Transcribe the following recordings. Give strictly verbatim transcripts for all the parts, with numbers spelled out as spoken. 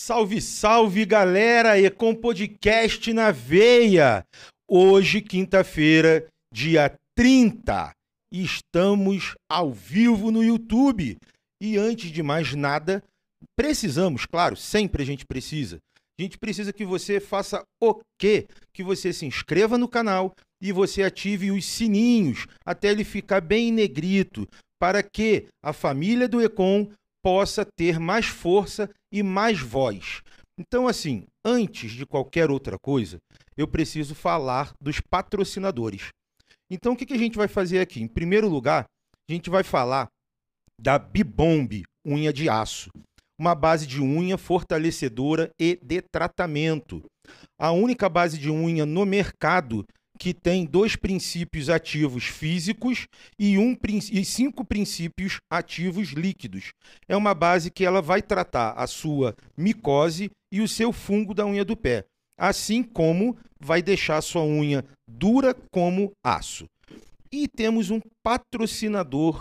Salve, salve, galera! Ecom Podcast na veia! Hoje, quinta-feira, dia trinta, estamos ao vivo no YouTube. E antes de mais nada, precisamos, claro, sempre a gente precisa. A gente precisa que você faça o quê? Que você se inscreva no canal e você ative os sininhos até ele ficar bem negrito, para que a família do Ecom possa ter mais força e mais voz. Então, assim, antes de qualquer outra coisa, eu preciso falar dos patrocinadores. Então, o que que a gente vai fazer aqui? Em primeiro lugar, a gente vai falar da Bibomb, unha de aço. Uma base de unha fortalecedora e de tratamento. A única base de unha no mercado que tem dois princípios ativos físicos e, um, e cinco princípios ativos líquidos. É uma base que ela vai tratar a sua micose e o seu fungo da unha do pé, assim como vai deixar a sua unha dura como aço. E temos um patrocinador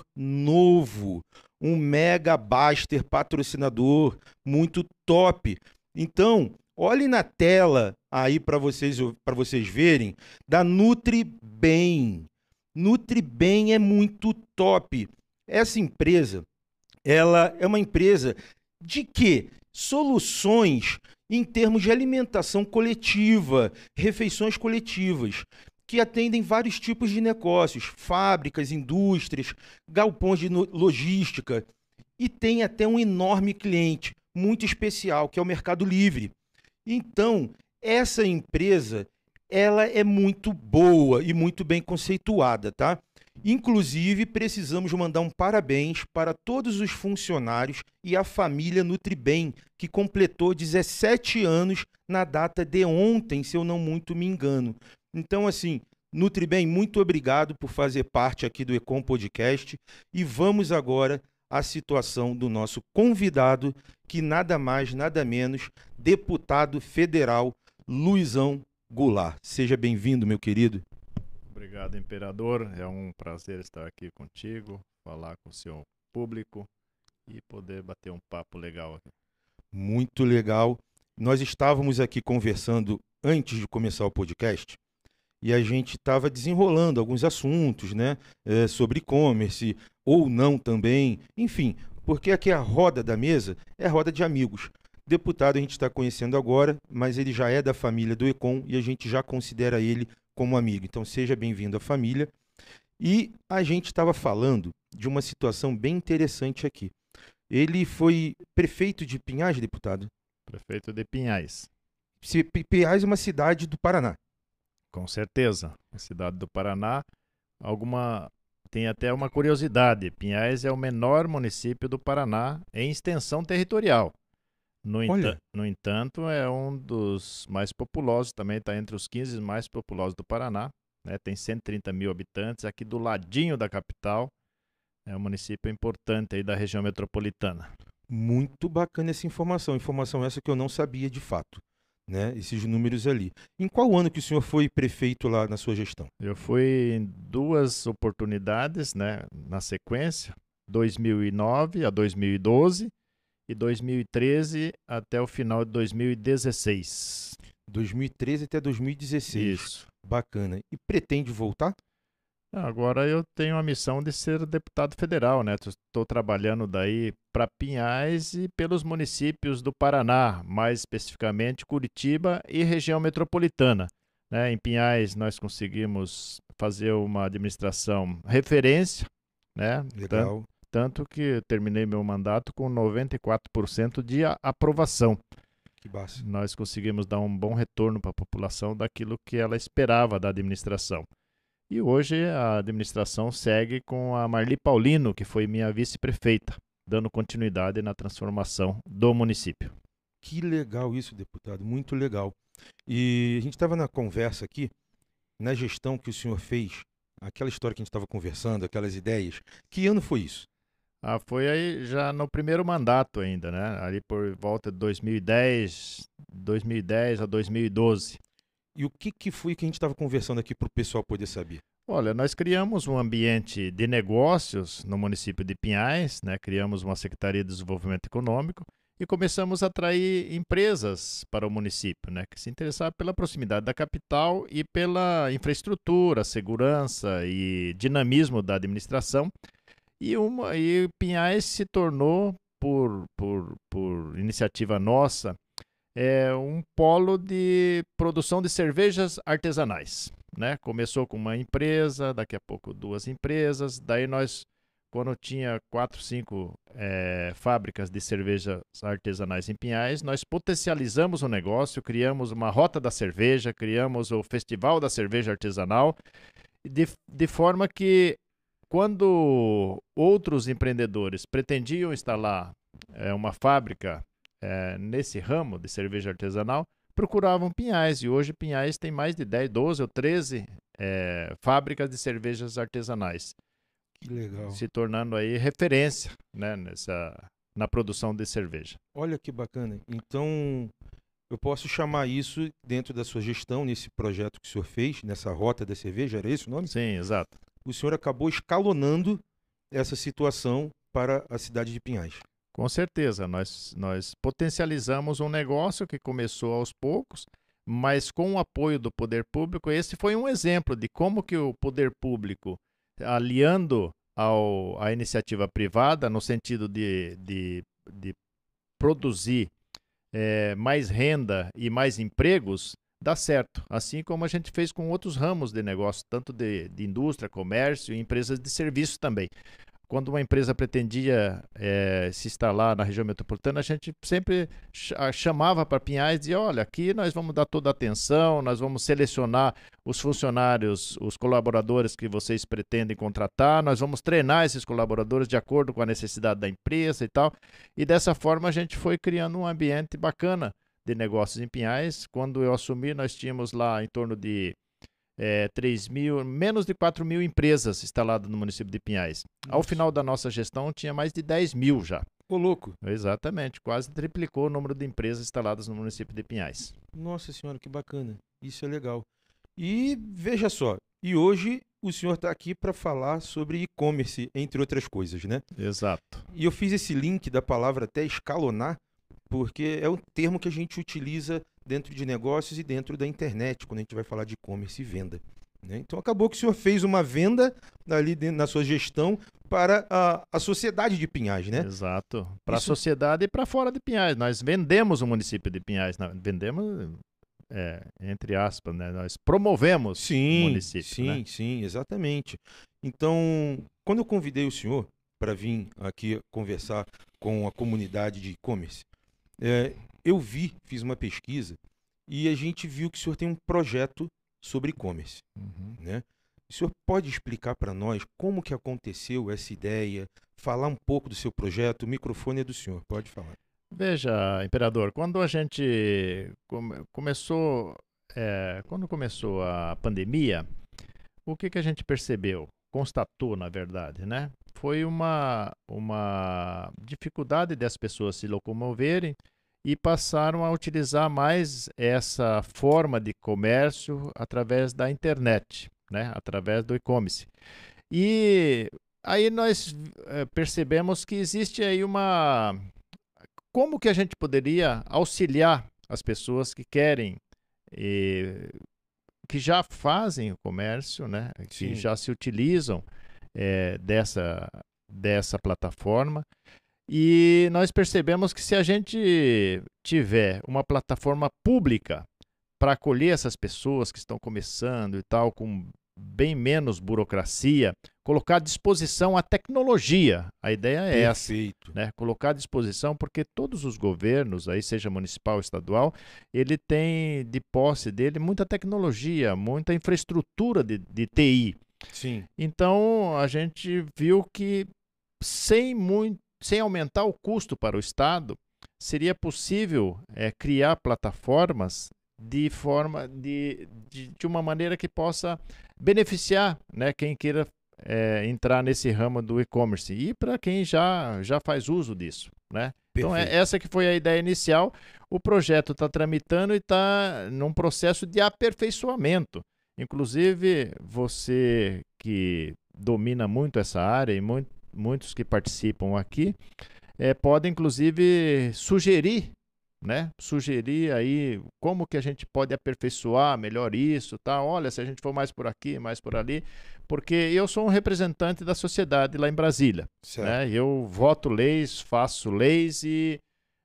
novo, um Mega Baster patrocinador muito top. Então, olhe na tela aí para vocês, para vocês verem, da NutriBem. NutriBem é muito top. Essa empresa, ela é uma empresa de quê? Soluções em termos de alimentação coletiva, refeições coletivas, que atendem vários tipos de negócios, fábricas, indústrias, galpões de logística, e tem até um enorme cliente muito especial, que é o Mercado Livre. Então, essa empresa, ela é muito boa e muito bem conceituada, tá? Inclusive, precisamos mandar um parabéns para todos os funcionários e a família NutriBem, que completou dezessete anos na data de ontem, se eu não muito me engano. Então, assim, NutriBem, muito obrigado por fazer parte aqui do Ecom Podcast. E vamos agora à situação do nosso convidado, que nada mais, nada menos, deputado federal Luizão Goulart. Seja bem-vindo, meu querido. Obrigado, imperador. É um prazer estar aqui contigo, falar com o seu público e poder bater um papo legal aqui. Muito legal. Nós estávamos aqui conversando antes de começar o podcast e a gente estava desenrolando alguns assuntos, né, é, sobre e-commerce ou não também, enfim, porque aqui a roda da mesa é a roda de amigos. Deputado a gente está conhecendo agora, mas ele já é da família do Ecom e a gente já considera ele como amigo. Então seja bem-vindo à família. E a gente estava falando de uma situação bem interessante aqui. Ele foi prefeito de Pinhais, deputado? Prefeito de Pinhais. Pinhais é uma cidade do Paraná. Com certeza, a cidade do Paraná. Alguma tem até uma curiosidade. Pinhais é o menor município do Paraná em extensão territorial. No, enta no entanto, é um dos mais populosos, também está entre os quinze mais populosos do Paraná, né? Tem cento e trinta mil habitantes, aqui do ladinho da capital, é um município importante aí da região metropolitana. Muito bacana essa informação, informação essa que eu não sabia de fato, né? Esses números ali. Em qual ano que o senhor foi prefeito lá na sua gestão? Eu fui em duas oportunidades, né, na sequência, dois mil e nove a dois mil e doze, e dois mil e treze até o final de dois mil e dezesseis. dois mil e treze até dois mil e dezesseis. Isso. Bacana. E pretende voltar? Agora eu tenho a missão de ser deputado federal, né? Estou trabalhando daí para Pinhais e pelos municípios do Paraná, mais especificamente Curitiba e região metropolitana, né? Em Pinhais nós conseguimos fazer uma administração referência, né? Legal. Tanto que terminei meu mandato com noventa e quatro por cento de aprovação. Que basta. Nós conseguimos dar um bom retorno para a população daquilo que ela esperava da administração. E hoje a administração segue com a Marli Paulino, que foi minha vice-prefeita, dando continuidade na transformação do município. Que legal isso, deputado, muito legal. E a gente estava na conversa aqui, na gestão que o senhor fez, aquela história que a gente estava conversando, aquelas ideias. Que ano foi isso? Ah, foi aí já no primeiro mandato ainda, né? Ali por volta de dois mil e dez, dois mil e dez a dois mil e doze. E o que, que foi que a gente estava conversando aqui para o pessoal poder saber? Olha, nós criamos um ambiente de negócios no município de Pinhais, né? Criamos uma Secretaria de Desenvolvimento Econômico e começamos a atrair empresas para o município, né, que se interessavam pela proximidade da capital e pela infraestrutura, segurança e dinamismo da administração. E, uma, e Pinhais se tornou, por, por, por iniciativa nossa, é um polo de produção de cervejas artesanais, né? Começou com uma empresa, daqui a pouco duas empresas, daí nós, quando tinha quatro, cinco é, fábricas de cervejas artesanais em Pinhais, nós potencializamos o negócio, criamos uma rota da cerveja, criamos o Festival da Cerveja Artesanal, de, de forma que quando outros empreendedores pretendiam instalar é, uma fábrica é, nesse ramo de cerveja artesanal, procuravam Pinhais. E hoje Pinhais tem mais de dez, doze ou treze é, fábricas de cervejas artesanais. Que legal. Se tornando aí referência, né, nessa, na produção de cerveja. Olha que bacana. Então, eu posso chamar isso dentro da sua gestão, nesse projeto que o senhor fez, nessa rota da cerveja, era esse o nome? Sim, exato. O senhor acabou escalonando essa situação para a cidade de Pinhais. Com certeza, nós, nós potencializamos um negócio que começou aos poucos, mas com o apoio do poder público. Esse foi um exemplo de como que o poder público, aliando ao, à iniciativa privada, no sentido de, de, de produzir é, mais renda e mais empregos, dá certo. Assim como a gente fez com outros ramos de negócio, tanto de, de indústria, comércio e empresas de serviço também. Quando uma empresa pretendia é, se instalar na região metropolitana, a gente sempre chamava para Pinhais e dizia, olha, aqui nós vamos dar toda a atenção, nós vamos selecionar os funcionários, os colaboradores que vocês pretendem contratar, nós vamos treinar esses colaboradores de acordo com a necessidade da empresa e tal. E dessa forma a gente foi criando um ambiente bacana de negócios em Pinhais. Quando eu assumi, nós tínhamos lá em torno de É, três mil, menos de quatro mil empresas instaladas no município de Pinhais. Nossa. Ao final da nossa gestão, tinha mais de dez mil já. Ô, louco! Exatamente, quase triplicou o número de empresas instaladas no município de Pinhais. Nossa senhora, que bacana. Isso é legal. E veja só, e hoje o senhor está aqui para falar sobre e-commerce, entre outras coisas, né? Exato. E eu fiz esse link da palavra até escalonar, porque é um termo que a gente utiliza dentro de negócios e dentro da internet, quando a gente vai falar de e-commerce e venda, né? Então acabou que o senhor fez uma venda ali dentro, na sua gestão para a, a sociedade de Pinhais, né? Exato. Para Isso... a sociedade e para fora de Pinhais. Nós vendemos o município de Pinhais. Não, vendemos, é, entre aspas, né? Nós promovemos sim, o município. Sim, né? sim, exatamente. Então, quando eu convidei o senhor para vir aqui conversar com a comunidade de e-commerce, é, eu vi, fiz uma pesquisa e a gente viu que o senhor tem um projeto sobre e-commerce, uhum. né? O senhor pode explicar para nós como que aconteceu essa ideia, falar um pouco do seu projeto? O microfone é do senhor, pode falar. Veja, Imperador, quando a gente come, começou, é, quando começou a pandemia, o que, que a gente percebeu? Constatou, na verdade, né? Foi uma, uma dificuldade das pessoas se locomoverem e passaram a utilizar mais essa forma de comércio através da internet, né? Através do e-commerce. E aí nós é, percebemos que existe aí uma... Como que a gente poderia auxiliar as pessoas que querem, e, que já fazem o comércio, né? Que Sim. já se utilizam É, dessa, dessa plataforma, e nós percebemos que se a gente tiver uma plataforma pública para acolher essas pessoas que estão começando e tal, com bem menos burocracia, colocar à disposição a tecnologia, a ideia é Perfeito. essa, né? Colocar à disposição, porque todos os governos, aí seja municipal ou estadual, ele tem de posse dele muita tecnologia, muita infraestrutura de, de T I. Sim. Então, a gente viu que sem, muito, sem aumentar o custo para o Estado, seria possível é, criar plataformas de forma de, de, de uma maneira que possa beneficiar, né, quem queira é, entrar nesse ramo do e-commerce e para quem já, já faz uso disso, né? Então, é, essa que foi a ideia inicial. O projeto está tramitando e está num processo de aperfeiçoamento. Inclusive, você que domina muito essa área e muito, muitos que participam aqui, é, podem, inclusive, sugerir, né? Sugerir aí como que a gente pode aperfeiçoar melhor isso, tá? Olha, se a gente for mais por aqui, mais por ali, porque eu sou um representante da sociedade lá em Brasília, né? Eu voto leis, faço leis e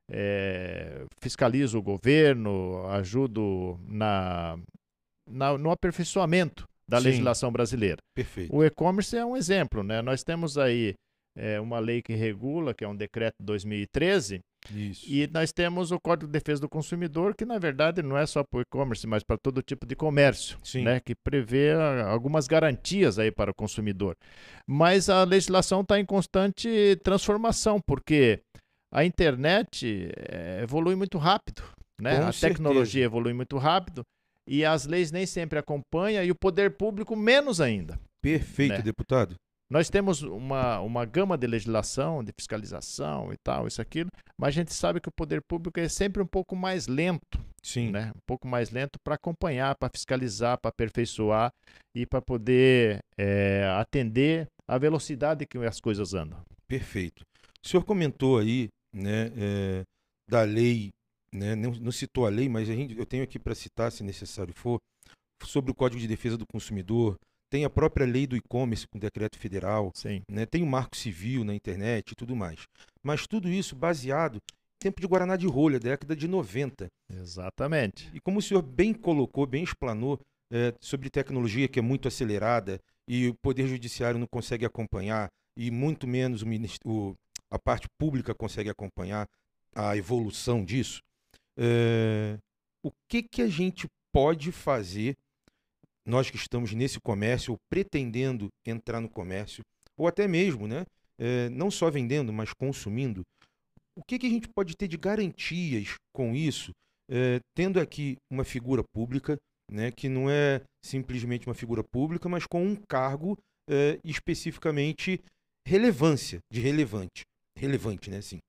é, fiscalizo o governo, ajudo na, na, no aperfeiçoamento da Sim. legislação brasileira. Perfeito. O e-commerce é um exemplo, né? Nós temos aí é, uma lei que regula, que é um decreto de dois mil e treze, Isso. E nós temos o Código de Defesa do Consumidor, que na verdade não é só para o e-commerce, mas para todo tipo de comércio, né? Que prevê algumas garantias aí para o consumidor. Mas a legislação está em constante transformação, porque a internet é, evolui muito rápido, né? Com a certeza. tecnologia evolui muito rápido e as leis nem sempre acompanham e o poder público menos ainda. Perfeito, né? deputado. Nós temos uma, uma gama de legislação, de fiscalização e tal, isso, aquilo, mas a gente sabe que o poder público é sempre um pouco mais lento. Sim. Né? Um pouco mais lento para acompanhar, para fiscalizar, para aperfeiçoar e para poder é, atender a velocidade que as coisas andam. Perfeito. O senhor comentou aí, né, é, da lei, né, não, não citou a lei, mas a gente, eu tenho aqui para citar, se necessário for, sobre o Código de Defesa do Consumidor. Tem a própria lei do e-commerce com decreto federal, né? Tem o marco civil na internet e tudo mais. Mas tudo isso baseado no tempo de Guaraná de Rolha, década de noventa. Exatamente. E como o senhor bem colocou, bem explanou, é, sobre tecnologia que é muito acelerada e o Poder Judiciário não consegue acompanhar e muito menos o, o, a parte pública consegue acompanhar a evolução disso, é, o que, que a gente pode fazer, nós que estamos nesse comércio, ou pretendendo entrar no comércio, ou até mesmo, né, é, não só vendendo, mas consumindo, o que, que a gente pode ter de garantias com isso, é, tendo aqui uma figura pública, né, que não é simplesmente uma figura pública, mas com um cargo é, especificamente relevância, de relevante, relevante, né, assim.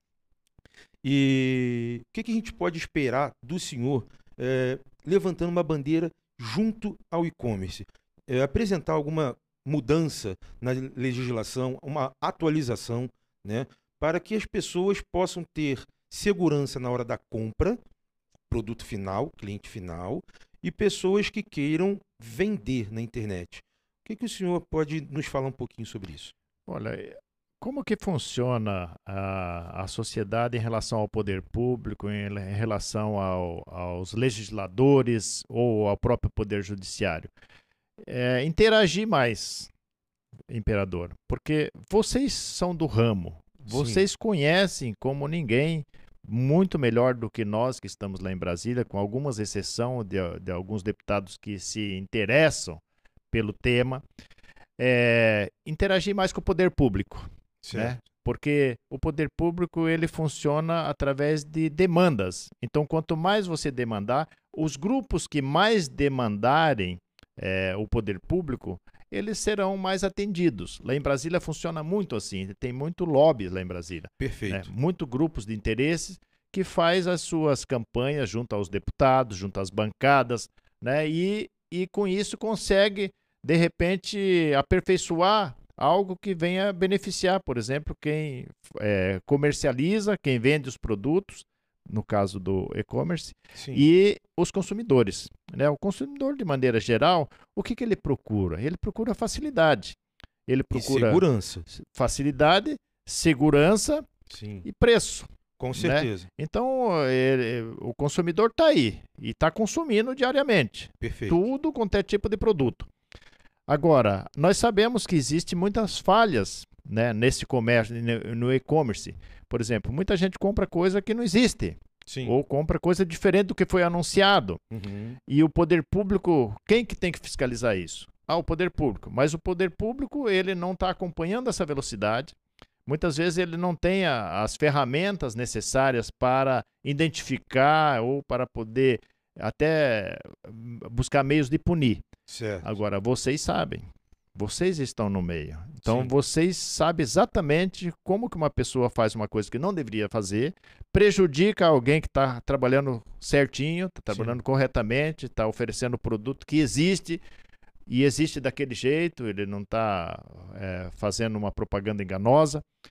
E o que, que a gente pode esperar do senhor é, levantando uma bandeira junto ao e-commerce, é, apresentar alguma mudança na legislação, uma atualização, né, para que as pessoas possam ter segurança na hora da compra, produto final, cliente final, e pessoas que queiram vender na internet. O que, que o senhor pode nos falar um pouquinho sobre isso? Olha, como que funciona a, a sociedade em relação ao poder público, em, em relação ao, aos legisladores ou ao próprio poder judiciário? É, interagir mais, imperador, porque vocês são do ramo, vocês Sim. conhecem como ninguém, muito melhor do que nós que estamos lá em Brasília, com algumas exceções de, de alguns deputados que se interessam pelo tema, é, interagir mais com o poder público. Né? Porque o poder público ele funciona através de demandas. Então, quanto mais você demandar, os grupos que mais demandarem é, o poder público, eles serão mais atendidos. Lá em Brasília funciona muito assim, tem muito lobby lá em Brasília. Perfeito. Né? Muito grupos de interesses que faz as suas campanhas junto aos deputados, junto às bancadas, né? e, e com isso consegue, de repente, aperfeiçoar algo que venha beneficiar, por exemplo, quem é, comercializa, quem vende os produtos, no caso do e-commerce, e os consumidores. Né? O consumidor, de maneira geral, o que, que ele procura? Ele procura facilidade. Ele procura e segurança. Facilidade, segurança Sim. e preço. Com certeza. Né? Então, ele, o consumidor está aí e está consumindo diariamente. Perfeito. Tudo quanto é tipo de produto. Agora, nós sabemos que existem muitas falhas, né, nesse comércio, no e-commerce. Por exemplo, muita gente compra coisa que não existe. Sim. Ou compra coisa diferente do que foi anunciado. Uhum. E o poder público, quem que tem que fiscalizar isso? Ah, o poder público. Mas o poder público, ele não está acompanhando essa velocidade. Muitas vezes ele não tem a, as ferramentas necessárias para identificar ou para poder até buscar meios de punir. Certo. Agora, vocês sabem, vocês estão no meio. Então, Sim. vocês sabem exatamente como que uma pessoa faz uma coisa que não deveria fazer, prejudica alguém que está trabalhando certinho, está trabalhando Sim. corretamente, está oferecendo o produto que existe, e existe daquele jeito, ele não está é, fazendo uma propaganda enganosa.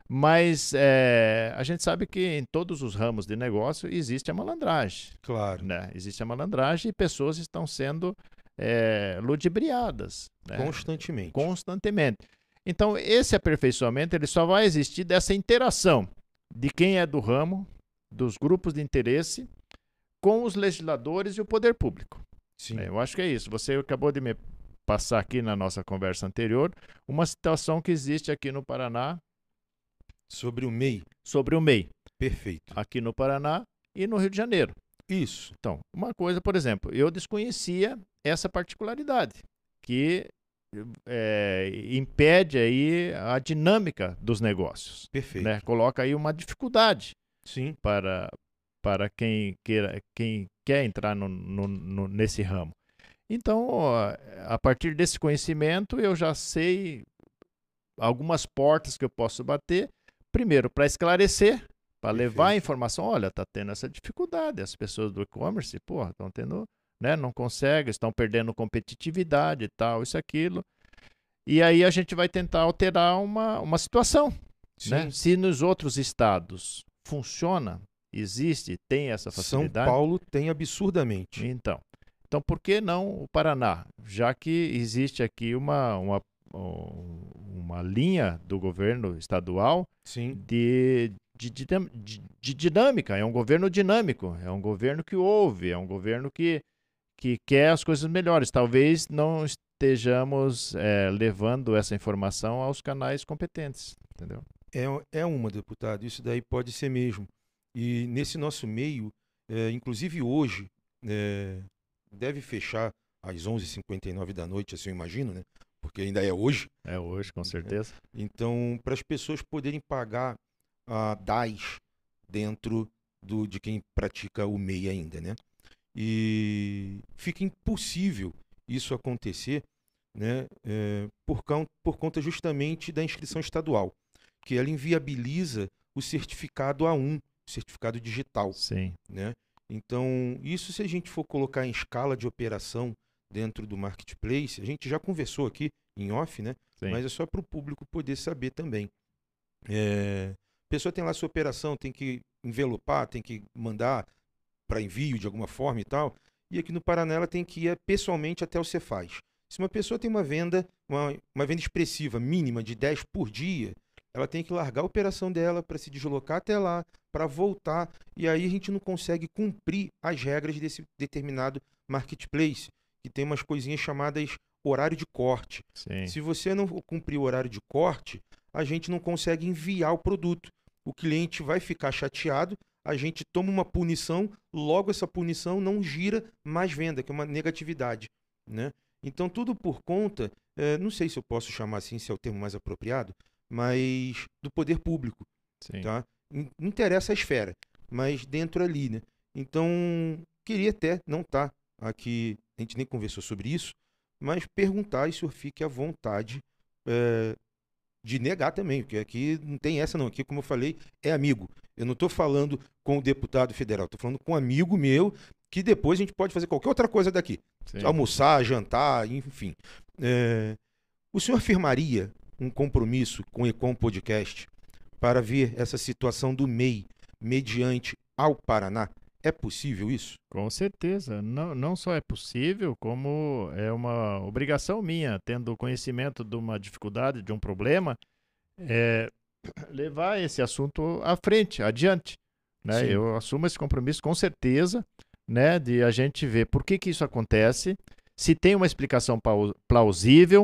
Mas é, a gente sabe que em todos os ramos de negócio existe a malandragem. Claro. Né? Existe a malandragem e pessoas estão sendo é, ludibriadas. Né? Constantemente. Constantemente. Então, esse aperfeiçoamento ele só vai existir dessa interação de quem é do ramo, dos grupos de interesse, com os legisladores e o poder público. Sim. É, eu acho que é isso. Você acabou de me passar aqui na nossa conversa anterior uma situação que existe aqui no Paraná. Sobre o M E I. Sobre o M E I. Perfeito. Aqui no Paraná e no Rio de Janeiro. Isso. Então, uma coisa, por exemplo, eu desconhecia essa particularidade, que é, impede aí a dinâmica dos negócios. Perfeito. Né? Coloca aí uma dificuldade Sim. para, para quem, queira, quem quer entrar no, no, no, nesse ramo. Então, ó, a partir desse conhecimento, eu já sei algumas portas que eu posso bater. Primeiro, para esclarecer, para levar a informação. Olha, está tendo essa dificuldade. As pessoas do e-commerce, porra, estão tendo, né, não conseguem, estão perdendo competitividade e tal, isso, aquilo. E aí a gente vai tentar alterar uma, uma situação. Né? Se nos outros estados funciona, existe, tem essa facilidade. São Paulo tem absurdamente. Então, então por que não o Paraná? Já que existe aqui uma, uma, uma linha do governo estadual Sim. De, de, de, de, de dinâmica, é um governo dinâmico, é um governo que ouve, é um governo que, que quer as coisas melhores. Talvez não estejamos é, levando essa informação aos canais competentes, entendeu? É, é uma, deputado, isso daí pode ser mesmo. E nesse nosso meio, é, inclusive hoje, é, deve fechar às onze e cinquenta e nove da noite, assim eu imagino, né? Porque ainda é hoje. É hoje, com certeza. Então, para as pessoas poderem pagar a D A S dentro do, de quem pratica o M E I ainda, né? E fica impossível isso acontecer, né? É, por, por conta justamente da inscrição estadual, que ela inviabiliza o certificado A um, certificado digital. Sim. Né? Então, isso se a gente for colocar em escala de operação dentro do marketplace, a gente já conversou aqui em off, né? Sim. Mas é só para o público poder saber também. É, a pessoa tem lá a sua operação, tem que envelopar, tem que mandar para envio de alguma forma e tal, e aqui no Paraná ela tem que ir pessoalmente até o Cefaz. Se uma pessoa tem uma venda, uma, uma venda expressiva mínima de dez por dia, ela tem que largar a operação dela para se deslocar até lá, para voltar, e aí a gente não consegue cumprir as regras desse determinado marketplace, que tem umas coisinhas chamadas horário de corte. Sim. Se você não cumprir o horário de corte, a gente não consegue enviar o produto. O cliente vai ficar chateado, a gente toma uma punição, logo essa punição não gira mais venda, que é uma negatividade. Né? Então, tudo por conta, é, não sei se eu posso chamar assim, se é o termo mais apropriado, mas do poder público. Sim. Tá? Não interessa a esfera, mas dentro ali. Né? Então, queria até, não tá aqui, a gente nem conversou sobre isso, mas perguntar e o senhor fique à vontade é, de negar também, porque aqui não tem essa não, aqui como eu falei, é amigo. Eu não estou falando com o deputado federal, estou falando com um amigo meu, que depois a gente pode fazer qualquer outra coisa daqui. Sim. Almoçar, jantar, enfim. É, o senhor afirmaria um compromisso com o Ecom Podcast para ver essa situação do M E I mediante ao Paraná? É possível isso? Com certeza. Não, não só é possível, como é uma obrigação minha, tendo conhecimento de uma dificuldade, de um problema, é, levar esse assunto à frente, adiante. Né? Eu assumo esse compromisso com certeza, né, de a gente ver por que, que isso acontece, se tem uma explicação plausível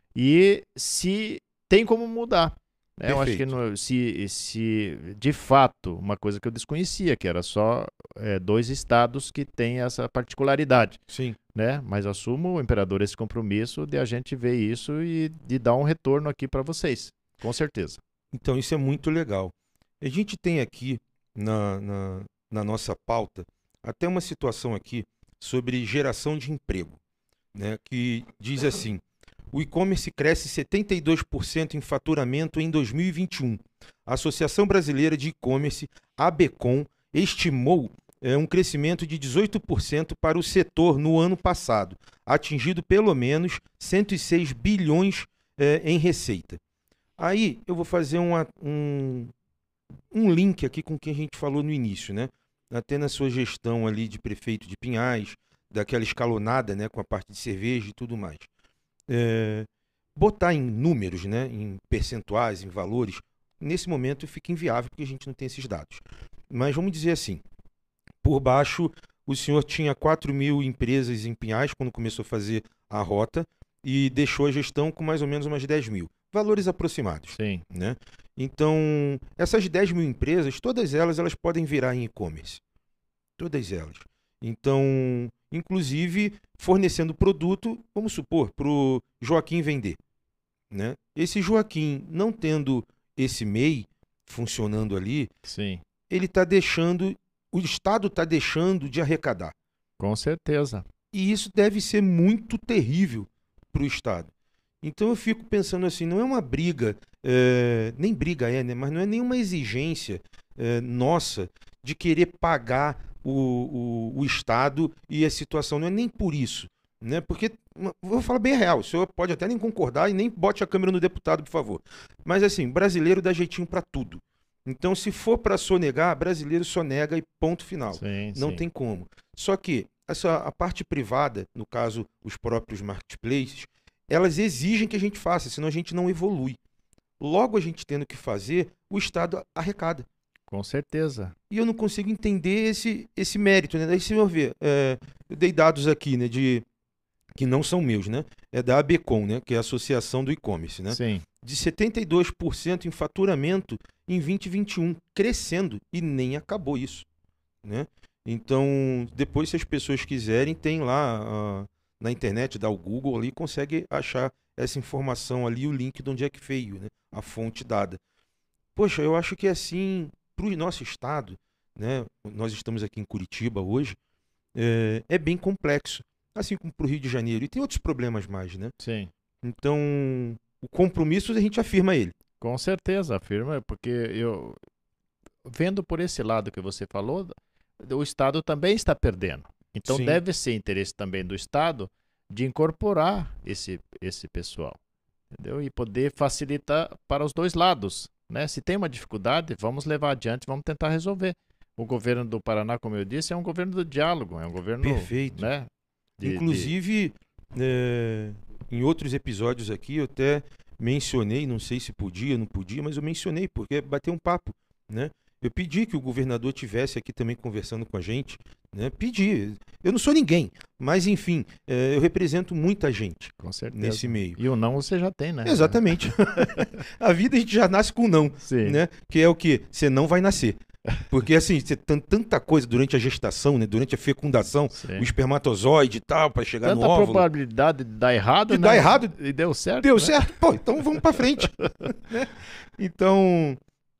e se tem como mudar. É, eu acho que no, se, se de fato, uma coisa que eu desconhecia, que era só é, dois estados que têm essa particularidade. Sim. Né? Mas assumo, imperador, esse compromisso de a gente ver isso e de dar um retorno aqui para vocês, com certeza. Então, isso é muito legal. A gente tem aqui na, na, na nossa pauta até uma situação aqui sobre geração de emprego, né? Que diz assim: o e-commerce cresce setenta e dois por cento em faturamento em dois mil e vinte e um. A Associação Brasileira de E-Commerce, a ABECOM, estimou é, um crescimento de dezoito por cento para o setor no ano passado, atingindo pelo menos cento e seis bilhões é, em receita. Aí eu vou fazer uma, um, um link aqui com o que a gente falou no início, né? Até na sua gestão ali de prefeito de Pinhais, daquela escalonada, né, com a parte de cerveja e tudo mais. É, botar em números, né, em percentuais, em valores, nesse momento fica inviável porque a gente não tem esses dados. Mas vamos dizer assim, por baixo, o senhor tinha quatro mil empresas em Pinhais quando começou a fazer a rota e deixou a gestão com mais ou menos umas dez mil. Valores aproximados. Sim. Né? Então, essas dez mil empresas, todas elas, elas podem virar em e-commerce. Todas elas. Então, inclusive, fornecendo produto, vamos supor, para o Joaquim vender. Né? Esse Joaquim, não tendo esse M E I funcionando ali, Sim. ele está deixando, o Estado está deixando de arrecadar. Com certeza. E isso deve ser muito terrível para o Estado. Então eu fico pensando assim, não é uma briga, é, nem briga é, né? Mas não é nenhuma exigência é, nossa de querer pagar o, o, o Estado e a situação, não é nem por isso. Né? Porque, vou falar bem real, o senhor pode até nem concordar e nem bote a câmera no deputado, por favor. Mas assim, brasileiro dá jeitinho para tudo. Então, se for para sonegar, brasileiro sonega e ponto final. Sim, não sim. tem como. Só que essa, a parte privada, no caso, os próprios marketplaces, elas exigem que a gente faça, senão a gente não evolui. Logo, a gente tendo que fazer, o Estado arrecada. Com certeza. E eu não consigo entender esse, esse mérito, né? Daí, se eu ver, é, eu dei dados aqui, né, de, que não são meus, né? É da ABECOM, né, que é a Associação do E-Commerce, né? Sim. De setenta e dois por cento em faturamento em vinte e vinte e um, crescendo, e nem acabou isso, né? Então, depois, se as pessoas quiserem, tem lá uh, na internet, dá o Google ali, consegue achar essa informação ali, o link de onde é que veio, né? A fonte dada. Poxa, eu acho que assim, para o nosso estado, né? Nós estamos aqui em Curitiba hoje, é, é bem complexo, assim como para o Rio de Janeiro, e tem outros problemas mais, né? Sim. Então, o compromisso a gente afirma ele. Com certeza, afirma, porque eu, vendo por esse lado que você falou, o Estado também está perdendo. Então Sim. deve ser interesse também do Estado de incorporar esse, esse pessoal, entendeu? E poder facilitar para os dois lados, né? Se tem uma dificuldade, vamos levar adiante, vamos tentar resolver. O governo do Paraná, como eu disse, é um governo do diálogo, é um governo... Perfeito. Né, de, Inclusive, de... É, em outros episódios aqui, eu até mencionei, não sei se podia, não podia, mas eu mencionei, porque bater um papo, né? Eu pedi que o governador tivesse aqui também conversando com a gente, né? Pedi. Eu não sou ninguém, mas enfim, é, eu represento muita gente com certeza. Nesse meio. E o não você já tem, né? Exatamente. A vida a gente já nasce com não, Sim. Né? Que é o quê? Você não vai nascer. Porque assim, você tem tanta coisa durante a gestação, né? Durante a fecundação, Sim. o espermatozoide e tal, para chegar Tanta no óvulo. probabilidade de dar errado, de né? dar errado. E deu certo. Deu né? certo? Pô, então vamos para frente. Né? Então,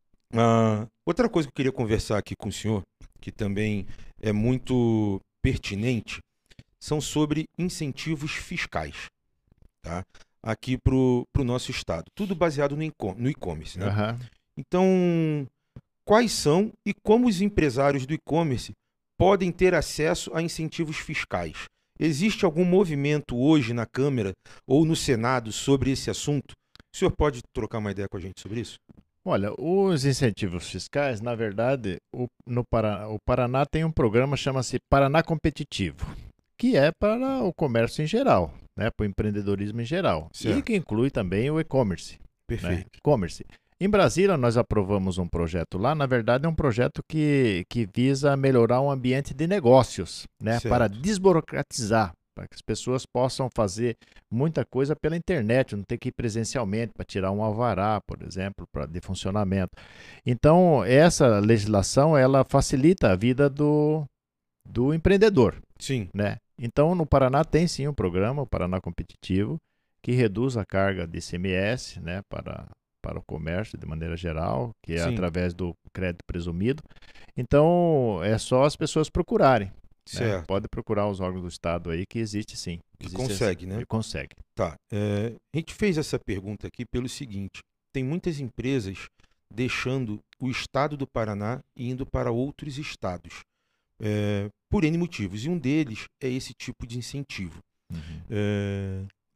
uh, outra coisa que eu queria conversar aqui com o senhor, que também é muito pertinente, são sobre incentivos fiscais, tá? Aqui para o nosso estado. Tudo baseado no e-commerce, né? Uhum. Então, quais são e como os empresários do e-commerce podem ter acesso a incentivos fiscais? Existe algum movimento hoje na Câmara ou no Senado sobre esse assunto? O senhor pode trocar uma ideia com a gente sobre isso? Olha, os incentivos fiscais, na verdade, o, no Paraná, o Paraná tem um programa que chama-se Paraná Competitivo, que é para o comércio em geral, né, para o empreendedorismo em geral, certo. E que inclui também o e-commerce. Perfeito. Né? E-commerce. Em Brasília, nós aprovamos um projeto lá, na verdade é um projeto que, que visa melhorar o ambiente de negócios, né, para desburocratizar, para que as pessoas possam fazer muita coisa pela internet, não ter que ir presencialmente para tirar um alvará, por exemplo, para de funcionamento. Então, essa legislação, ela facilita a vida do, do empreendedor. Sim. Né? Então, no Paraná tem sim um programa, o Paraná Competitivo, que reduz a carga de I C M S, né, para... para o comércio de maneira geral, que é Sim. através do crédito presumido. Então, é só as pessoas procurarem. Certo. Né? Pode procurar os órgãos do Estado aí, que existe sim. Que existe consegue, esse... né? Que consegue. Tá. É, a gente fez essa pergunta aqui pelo seguinte, tem muitas empresas deixando o estado do Paraná e indo para outros estados, é, por N motivos, e um deles é esse tipo de incentivo. Uhum. É,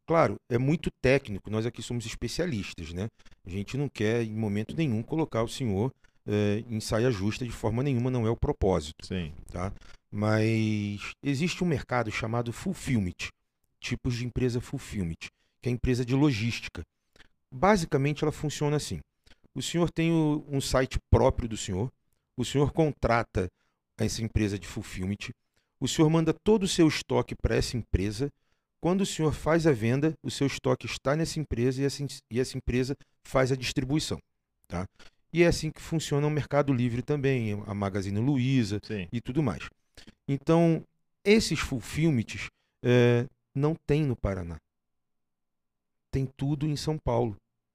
Claro, é muito técnico, nós aqui somos especialistas, né? A gente não quer, em momento nenhum, colocar o senhor eh, em saia justa de forma nenhuma, não é o propósito, Sim. tá? Mas existe um mercado chamado fulfillment, tipos de empresa fulfillment, que é a empresa de logística. Basicamente, ela funciona assim. O senhor tem o- um site próprio do senhor, o senhor contrata essa empresa de fulfillment, o senhor manda todo o seu estoque para essa empresa. Quando o senhor faz a venda, o seu estoque está nessa empresa e essa, e essa empresa faz a distribuição, tá? E é assim que funciona o Mercado Livre também, a Magazine Luiza Sim. e tudo mais. Então, esses fulfillments eh, não tem no Paraná. Tem tudo em São Paulo.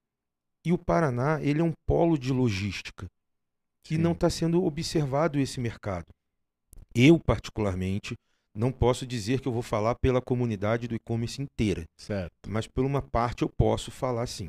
E o Paraná, ele é um polo de logística. E Sim. não está sendo observado esse mercado. Eu, particularmente, não posso dizer que eu vou falar pela comunidade do e-commerce inteira, Certo. mas por uma parte eu posso falar sim.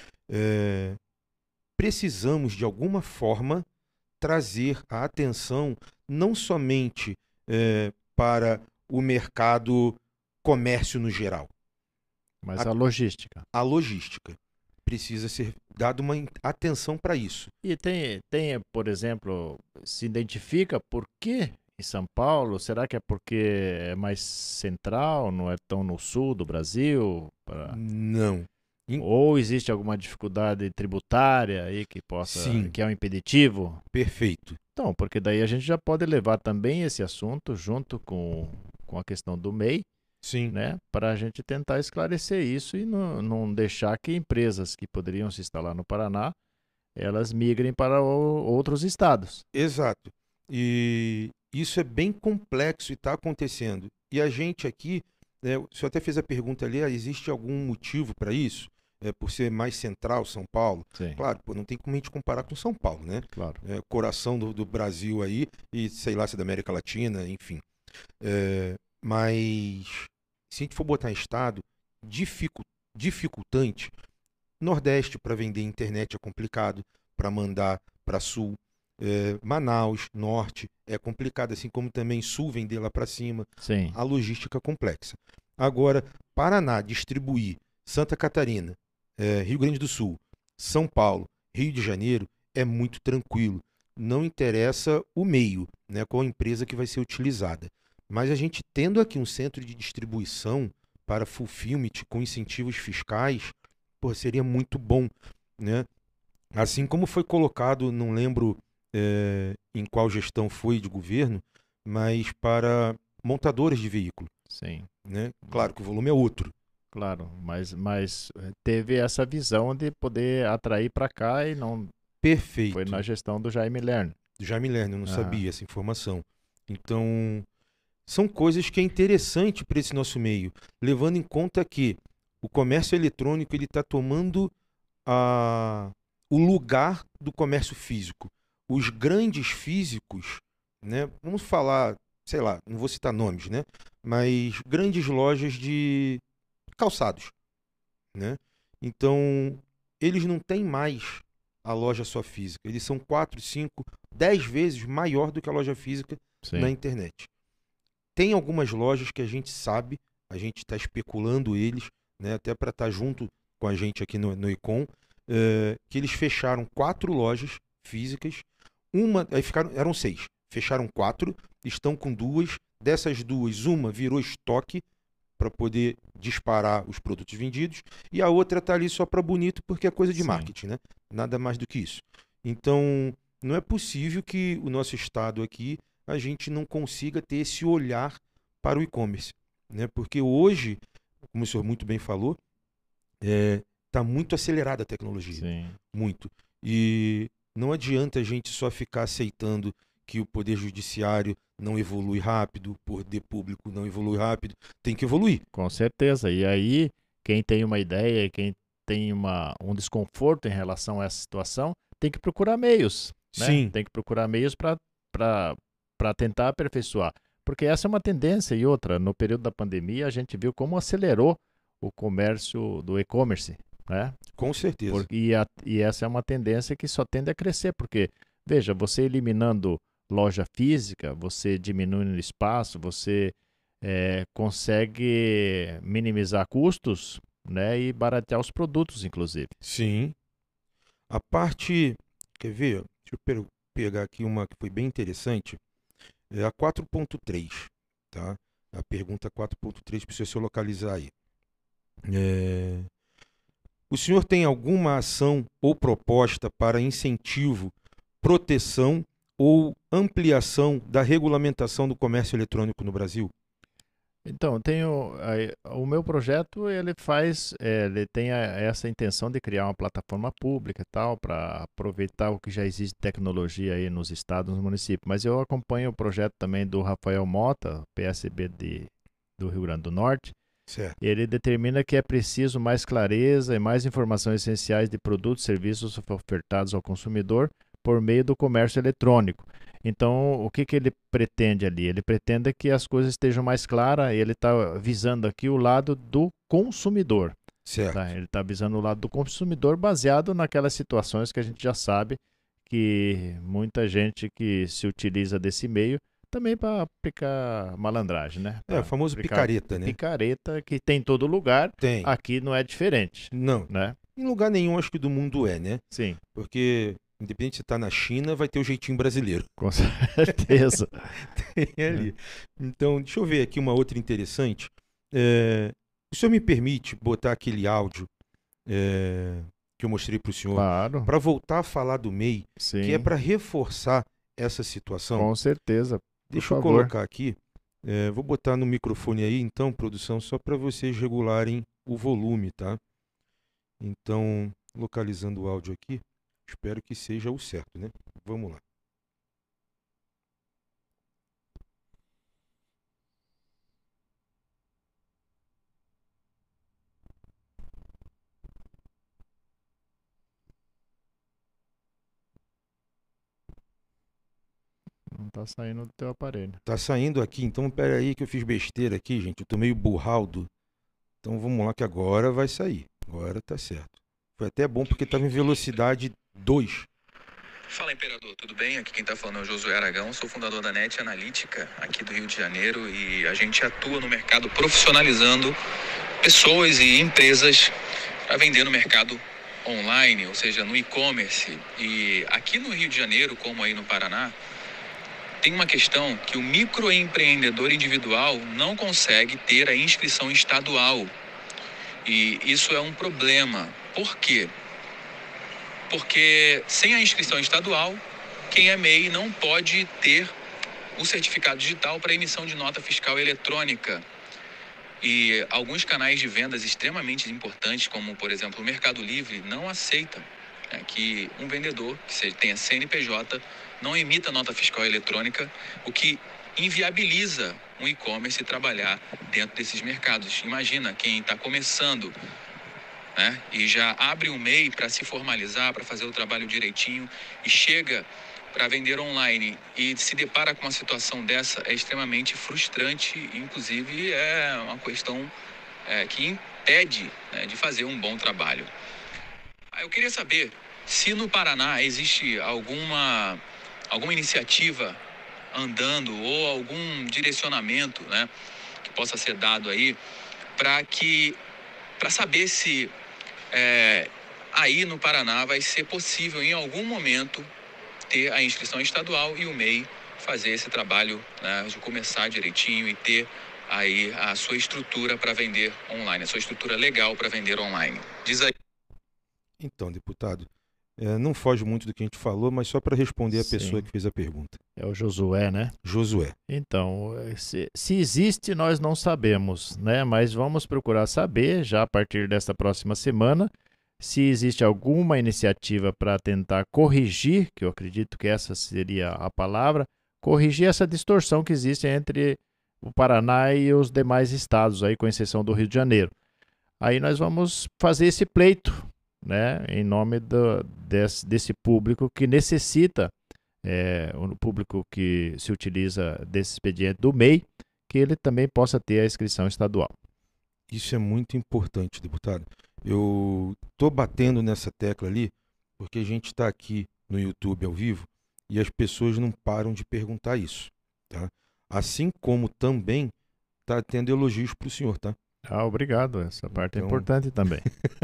É, precisamos, de alguma forma, trazer a atenção não somente é, para o mercado comércio no geral, Mas a, a logística. a logística. Precisa ser dada uma atenção para isso. E tem, tem, por exemplo, se identifica por que em São Paulo? Será que é porque é mais central, não é tão no sul do Brasil? Pra... Não. Em- Ou existe alguma dificuldade tributária aí que possa, Sim. que é um impeditivo? Perfeito. Então, porque daí a gente já pode levar também esse assunto junto com, com a questão do M E I, Sim. né, para a gente tentar esclarecer isso e não, não deixar que empresas que poderiam se instalar no Paraná, elas migrem para o, outros estados. Exato. E isso é bem complexo e está acontecendo. E a gente aqui, né, o senhor até fez a pergunta ali, ah, existe algum motivo para isso? É, por ser mais central São Paulo? Sim, Claro, pô, não tem como a gente comparar com São Paulo, né? claro. É, coração do, do Brasil aí, e sei lá se é da América Latina, enfim. É, mas se a gente for botar em estado, dificu- dificultante, Nordeste para vender internet é complicado, para mandar para Sul. É, Manaus, Norte, é complicado, assim como também Sul vender lá para cima. Sim, A logística é complexa. Agora, Paraná distribuir Santa Catarina, é, Rio Grande do Sul, São Paulo, Rio de Janeiro, é muito tranquilo. Não interessa o meio, né, qual a empresa que vai ser utilizada. Mas a gente tendo aqui um centro de distribuição para fulfillment com incentivos fiscais, pô, seria muito bom, né? Assim como foi colocado, não lembro eh, em qual gestão foi de governo, mas para montadores de veículo, sim, né? Claro que o volume é outro. claro. Mas, mas eh, teve essa visão de poder atrair para cá e não Perfeito. foi na gestão do Jaime Lerner. Já me lembro, eu não Aham. sabia essa informação. Então, são coisas que é interessante para esse nosso meio, levando em conta que o comércio eletrônico ele está tomando a, o lugar do comércio físico. Os grandes físicos, né, vamos falar, sei lá, não vou citar nomes, né, mas grandes lojas de calçados, né? Então, eles não têm mais a loja só física. Eles são quatro, cinco, dez vezes maior do que a loja física na Sim, internet. Tem algumas lojas que a gente sabe, a gente está especulando eles, né, até para estar junto com a gente aqui no, no Ecom, eh, que eles fecharam quatro lojas físicas, uma, aí ficaram, eram seis, fecharam quatro, estão com duas, dessas duas, uma virou estoque para poder disparar os produtos vendidos, e a outra está ali só para bonito, porque é coisa de Sim. marketing, né? Nada mais do que isso. Então, não é possível que o nosso estado aqui a gente não consiga ter esse olhar para o e-commerce, né? Porque hoje, como o senhor muito bem falou, está muito acelerada a tecnologia, sim. muito. E não adianta a gente só ficar aceitando que o poder judiciário não evolui rápido, o poder público não evolui rápido, tem que evoluir. Com certeza. E aí, quem tem uma ideia, quem tem uma, um desconforto em relação a essa situação, tem que procurar meios, né? Sim. Tem que procurar meios para tentar aperfeiçoar. Porque essa é uma tendência. E outra, no período da pandemia, a gente viu como acelerou o comércio do e-commerce, né? Com certeza. Por, e, a, e essa é uma tendência que só tende a crescer, porque, veja, você eliminando loja física, você diminuindo espaço, você é, consegue minimizar custos né, e baratear os produtos, inclusive. Sim. A parte, quer ver? Deixa eu pegar aqui uma que foi bem interessante. É a quatro ponto três, tá? A pergunta quatro ponto três, precisa se localizar aí. É... O senhor tem alguma ação ou proposta para incentivo, proteção ou ampliação da regulamentação do comércio eletrônico no Brasil? Então, tenho aí, o meu projeto, ele faz, é, ele tem a, essa intenção de criar uma plataforma pública e tal, para aproveitar o que já existe de tecnologia aí nos estados, nos municípios. Mas eu acompanho o projeto também do Rafael Mota, P S B de, do Rio Grande do Norte. Certo. Ele determina que é preciso mais clareza e mais informações essenciais de produtos e serviços ofertados ao consumidor por meio do comércio eletrônico. Então, o que, que ele pretende ali? Ele pretende que as coisas estejam mais claras, ele está visando aqui o lado do consumidor. Certo. Tá? Ele está visando o lado do consumidor baseado naquelas situações que a gente já sabe que muita gente que se utiliza desse meio também para aplicar malandragem, né? Pra é, o famoso picareta, né? Picareta que tem em todo lugar. Tem. Aqui não é diferente. Não. Né? Em lugar nenhum, acho que do mundo é, né? Sim. Porque, independente se está na China, vai ter o jeitinho brasileiro. Com certeza. Tem ali. Então, deixa eu ver aqui uma outra interessante. É, o senhor me permite botar aquele áudio é, que eu mostrei para o senhor? Claro. Para voltar a falar do M E I, Sim. que é para reforçar essa situação. Com certeza. Deixa eu colocar aqui. É, vou botar no microfone aí, então, produção, só para vocês regularem o volume, tá? Então, localizando o áudio aqui, espero que seja o certo, né? Vamos lá. Não tá saindo do teu aparelho. Tá saindo aqui, então pera aí que eu fiz besteira aqui, gente. Eu tô meio burraldo. Então vamos lá que agora vai sair. Agora tá certo. Foi até bom porque tava em velocidade dois. Fala, Imperador, tudo bem? Aqui quem tá falando é o Josué Aragão, sou fundador da Net Analítica aqui do Rio de Janeiro e a gente atua no mercado profissionalizando pessoas e empresas para vender no mercado online, ou seja, no e-commerce. E aqui no Rio de Janeiro, como aí no Paraná, tem uma questão que o microempreendedor individual não consegue ter a inscrição estadual. E isso é um problema. Por quê? Porque sem a inscrição estadual, quem é M E I não pode ter o certificado digital para emissão de nota fiscal eletrônica. E alguns canais de vendas extremamente importantes, como, por exemplo, o Mercado Livre, não aceitam né, que um vendedor que tenha C N P J não emita nota fiscal eletrônica, o que inviabiliza um e-commerce trabalhar dentro desses mercados. Imagina quem está começando, né, e já abre um M E I para se formalizar, para fazer o trabalho direitinho e chega para vender online e se depara com uma situação dessa, é extremamente frustrante, inclusive é uma questão é, que impede né, de fazer um bom trabalho. Eu queria saber se no Paraná existe alguma, alguma iniciativa andando ou algum direcionamento né, que possa ser dado aí para que para saber se é, aí no Paraná vai ser possível em algum momento ter a inscrição estadual e o M E I fazer esse trabalho né, de começar direitinho e ter aí a sua estrutura para vender online, a sua estrutura legal para vender online. Diz aí. Então, deputado, é, não foge muito do que a gente falou, mas só para responder a Sim. pessoa que fez a pergunta. É o Josué, né? Josué. Então, se, se existe, nós não sabemos, né? Mas vamos procurar saber, já a partir desta próxima semana, se existe alguma iniciativa para tentar corrigir, que eu acredito que essa seria a palavra, corrigir essa distorção que existe entre o Paraná e os demais estados, aí, com exceção do Rio de Janeiro. Aí nós vamos fazer esse pleito, né, em nome do, desse, desse público que necessita, é, o público que se utiliza desse expediente do M E I, que ele também possa ter a inscrição estadual. Isso é muito importante, deputado. Eu estou batendo nessa tecla ali porque a gente está aqui no YouTube ao vivo e as pessoas não param de perguntar isso, tá? Assim como também está tendo elogios para o senhor, tá? Ah, obrigado. Essa parte Então- é importante também.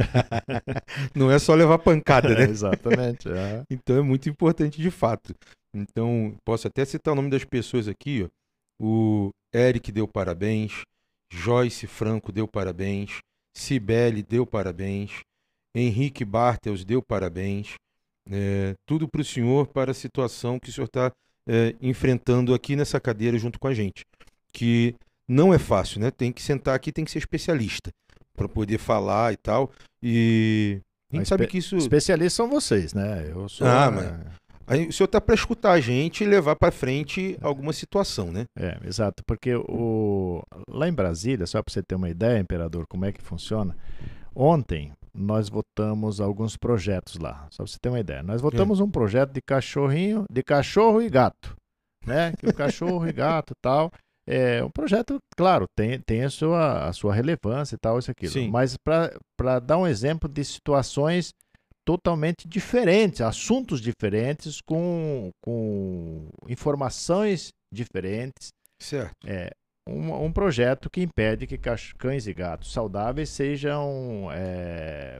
Não é só levar pancada, É, né? exatamente. é. Então é muito importante de fato. Então, posso até citar o nome das pessoas aqui, ó. O Eric deu parabéns, Joyce Franco deu parabéns, Cibele deu parabéns, Henrique Bartels deu parabéns. É, tudo para o senhor, para a situação que o senhor está enfrentando aqui nessa cadeira junto com a gente. Que não é fácil, né? Tem que sentar aqui, tem que ser especialista para poder falar e tal. E a gente Mas sabe espe- que isso. Especialistas são vocês, né? Eu sou. Ah, é, mas- Aí o senhor está para escutar a gente e levar para frente alguma situação, né? É, exato, porque o... lá em Brasília, só para você ter uma ideia, Imperador, como é que funciona, ontem nós votamos alguns projetos lá, só para você ter uma ideia. Nós votamos um projeto de cachorrinho, de cachorro e gato, né? Que o cachorro e gato e tal, é um projeto, claro, tem, tem a, sua, a sua relevância e tal, isso aquilo. Sim. Mas para dar um exemplo de situações totalmente diferentes, assuntos diferentes, com, com informações diferentes. Certo. É um, um projeto que impede que cach- cães e gatos saudáveis sejam é,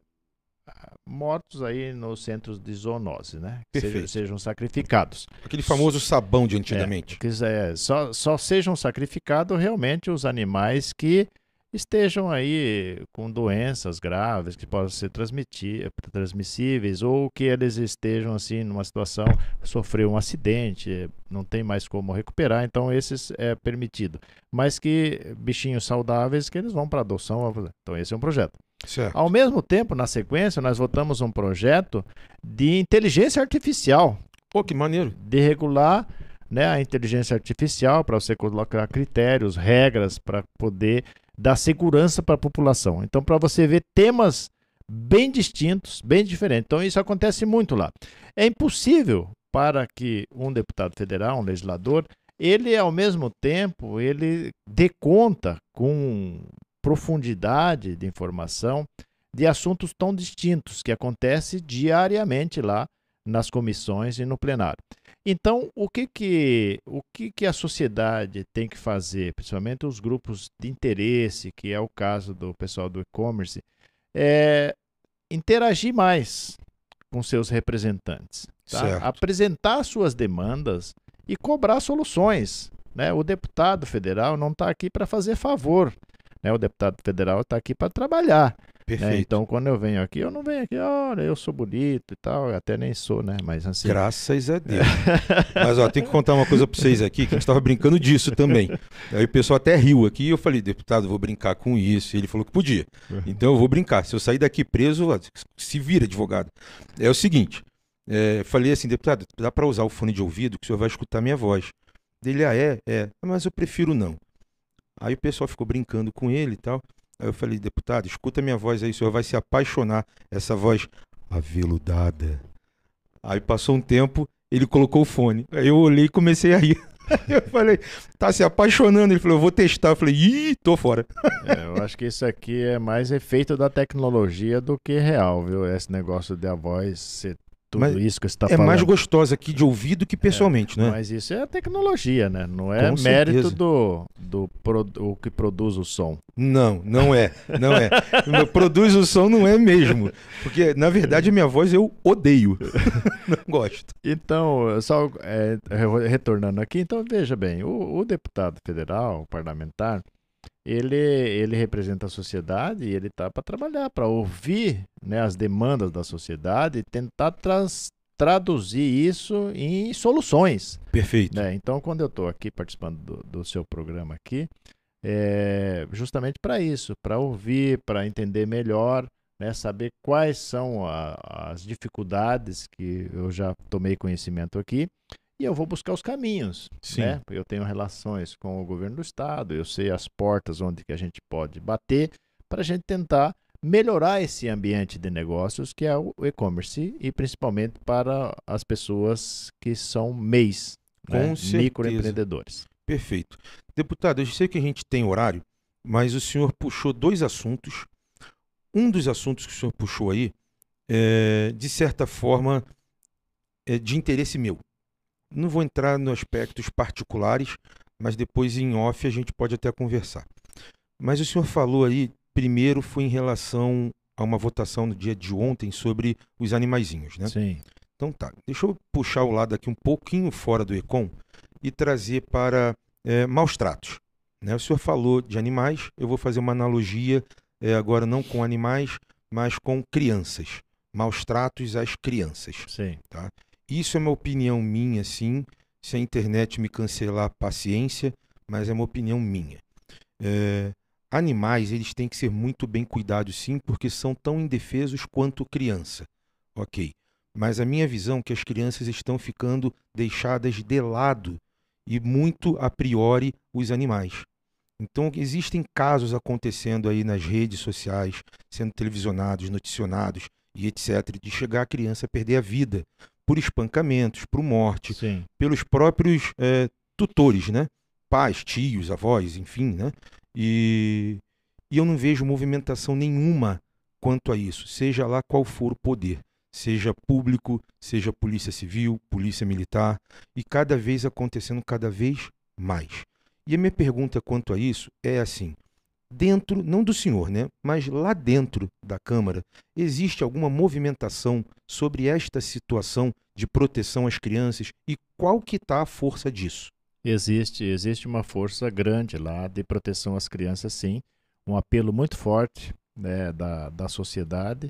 mortos aí nos centros de zoonose, né? Que sejam, Perfeito. sejam sacrificados. Aquele famoso sabão de antigamente. É, que, é, só, só sejam sacrificados realmente os animais que estejam aí com doenças graves que possam ser transmiti- transmissíveis ou que eles estejam assim numa situação, sofreu um acidente, não tem mais como recuperar, então esses é permitido. Mas que bichinhos saudáveis que eles vão para adoção, então esse é um projeto. Certo. Ao mesmo tempo, na sequência, nós votamos um projeto de inteligência artificial, Pô, que maneiro. de regular, né, a inteligência artificial para você colocar critérios, regras para poder dar segurança para a população. Então, para você ver temas bem distintos, bem diferentes. Então, isso acontece muito lá. É impossível para que um deputado federal, um legislador, ele, ao mesmo tempo, ele dê conta com profundidade de informação de assuntos tão distintos que acontece diariamente lá nas comissões e no plenário. Então, o que que, o que que a sociedade tem que fazer, principalmente os grupos de interesse, que é o caso do pessoal do e-commerce, é interagir mais com seus representantes, tá? Certo. Apresentar suas demandas e cobrar soluções, né? O deputado federal não está aqui para fazer favor, né? O deputado federal está aqui para trabalhar. Perfeito. Né? Então, quando eu venho aqui, eu não venho aqui, olha, eu sou bonito e tal, eu até nem sou, né? Mas assim. Graças a Deus. Mas ó, tem que contar uma coisa para vocês aqui, que a gente estava brincando disso também. Aí o pessoal até riu aqui e eu falei, deputado, vou brincar com isso. E ele falou que podia. Então eu vou brincar. Se eu sair daqui preso, ó, se vira, advogado. É o seguinte, é, falei assim, deputado, dá para usar o fone de ouvido que o senhor vai escutar minha voz. Ele, ah, é? É. Mas eu prefiro não. Aí o pessoal ficou brincando com ele e tal. Aí eu falei, deputado, escuta minha voz aí, o senhor vai se apaixonar. Essa voz aveludada. Aí passou um tempo, ele colocou o fone. Aí eu olhei e comecei a rir. Eu falei, tá se apaixonando. Ele falou, eu vou testar. Eu falei, ih, tô fora. É, eu acho que isso aqui é mais efeito da tecnologia do que real, viu? Esse negócio de a voz ser tudo Mas isso que você está É falando. mais gostosa aqui de ouvido que pessoalmente, né? Mas isso é a tecnologia, né? Não é Com mérito certeza. do, do pro- o que produz o som. Não, não é, não é. Produz o som não é mesmo. Porque, na verdade, a minha voz eu odeio. Não gosto. Então, só é, re- retornando aqui, então veja bem, o, o deputado federal, o parlamentar, ele, ele representa a sociedade e ele está para trabalhar, para ouvir, né, as demandas da sociedade e tentar trans- traduzir isso em soluções. Perfeito. Né? Então, quando eu estou aqui participando do, do seu programa aqui, é justamente para isso, para ouvir, para entender melhor, né, saber quais são a- as dificuldades que eu já tomei conhecimento aqui, e eu vou buscar os caminhos. Sim. Né? Eu tenho relações com o governo do estado, eu sei as portas onde que a gente pode bater para a gente tentar melhorar esse ambiente de negócios que é o e-commerce e principalmente para as pessoas que são M E Is, Com né? certeza. Microempreendedores. Perfeito. Deputado, eu sei que a gente tem horário, mas o senhor puxou dois assuntos. Um dos assuntos que o senhor puxou aí, é, de certa forma, é de interesse meu. Não vou entrar nos aspectos particulares, mas depois em off a gente pode até conversar. Mas o senhor falou aí, primeiro foi em relação a uma votação no dia de ontem sobre os animaizinhos, né? Sim. Então tá, deixa eu puxar o lado aqui um pouquinho fora do Econ e trazer para é, maus tratos, né? O senhor falou de animais, eu vou fazer uma analogia é, agora não com animais, mas com crianças. Maus tratos às crianças. Sim. Tá? Isso é uma opinião minha, sim. Se a internet me cancelar, paciência, mas é uma opinião minha. É, animais, eles têm que ser muito bem cuidados, sim, porque são tão indefesos quanto criança. Ok. Mas a minha visão é que as crianças estão ficando deixadas de lado e muito a priori os animais. Então, existem casos acontecendo aí nas redes sociais, sendo televisionados, noticionados e etcétera, de chegar a criança a perder a vida por espancamentos, por morte, Sim. pelos próprios é, tutores, né? Pais, tios, avós, enfim, né? E, e eu não vejo movimentação nenhuma quanto a isso, seja lá qual for o poder, seja público, seja polícia civil, polícia militar, e cada vez acontecendo cada vez mais. E a minha pergunta quanto a isso é assim, dentro, não do senhor, né, mas lá dentro da Câmara, existe alguma movimentação sobre esta situação de proteção às crianças e qual que está a força disso? Existe, existe uma força grande lá de proteção às crianças, sim, um apelo muito forte, né, da, da sociedade.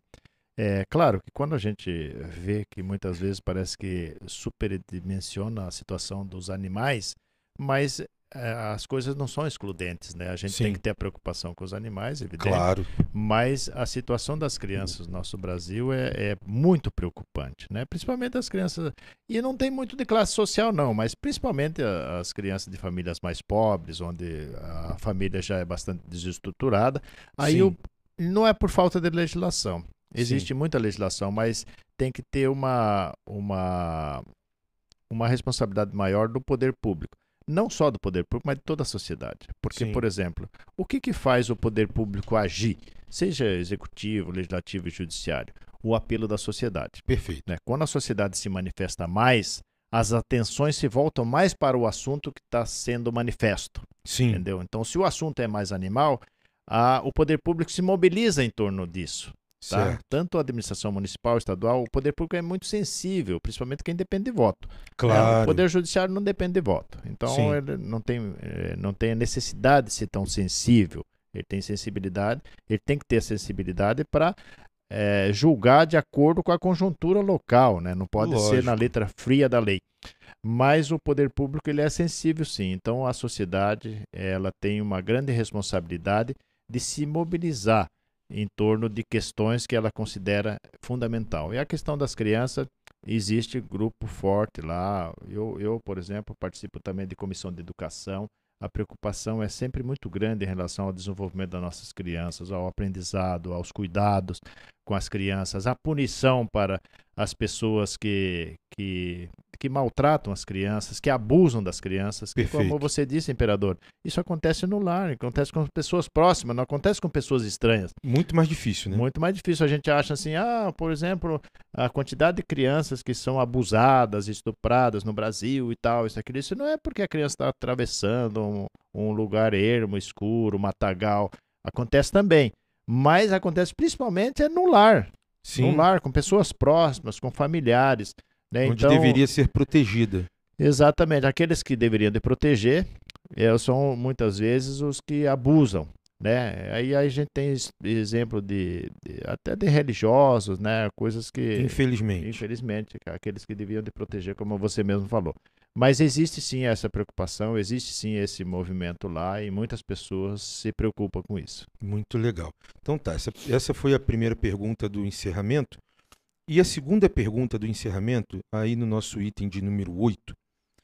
É claro que quando a gente vê que muitas vezes parece que superdimensiona a situação dos animais, mas as coisas não são excludentes, né? A gente Sim. tem que ter a preocupação com os animais, evidente. Claro. Mas a situação das crianças no nosso Brasil é, é muito preocupante, né? Principalmente as crianças... E não tem muito de classe social, não, mas principalmente as crianças de famílias mais pobres, onde a família já é bastante desestruturada. Aí o, não é por falta de legislação. Existe Sim. muita legislação, mas tem que ter uma, uma, uma responsabilidade maior do poder público. Não só do poder público, mas de toda a sociedade. Porque, Sim. por exemplo, o que, que faz o poder público agir? Seja executivo, legislativo e judiciário. O apelo da sociedade. Perfeito. Né? Quando a sociedade se manifesta mais, as atenções se voltam mais para o assunto que está sendo manifesto. Sim. Entendeu? Então, se o assunto é mais animal, a, o poder público se mobiliza em torno disso. Tá? Tanto a administração municipal, estadual, o poder público é muito sensível, principalmente quem depende de voto. Claro. É, o poder judiciário não depende de voto. Então, ele não tem, não tem a necessidade de ser tão sensível. Ele tem sensibilidade, ele tem que ter sensibilidade para é, julgar de acordo com a conjuntura local, né? Não pode Lógico. ser na letra fria da lei. Mas o poder público ele é sensível, sim. Então, a sociedade ela tem uma grande responsabilidade de se mobilizar em torno de questões que ela considera fundamental. E a questão das crianças, existe grupo forte lá. Eu, eu, por exemplo, participo também de comissão de educação. A preocupação é sempre muito grande em relação ao desenvolvimento das nossas crianças, ao aprendizado, aos cuidados com as crianças, a punição para as pessoas que, que, que maltratam as crianças, que abusam das crianças. Que, como você disse, imperador, isso acontece no lar, acontece com pessoas próximas, não acontece com pessoas estranhas. Muito mais difícil, né? Muito mais difícil. A gente acha assim, ah, por exemplo, a quantidade de crianças que são abusadas, estupradas no Brasil e tal, isso, aquilo. Isso não é porque a criança está atravessando um, um lugar ermo, escuro, matagal. Acontece também. Mas acontece principalmente é no lar. Sim. No lar, com pessoas próximas, com familiares. Né? Onde então, deveria ser protegida. Exatamente. Aqueles que deveriam de proteger é, são muitas vezes os que abusam. Né? Aí, aí a gente tem exemplo de, de até de religiosos, né? Coisas que... Infelizmente. Infelizmente, aqueles que deviam de proteger, como você mesmo falou. Mas existe sim essa preocupação, existe sim esse movimento lá e muitas pessoas se preocupam com isso. Muito legal. Então tá, essa, essa foi a primeira pergunta do encerramento. E a segunda pergunta do encerramento, aí no nosso item de número oito,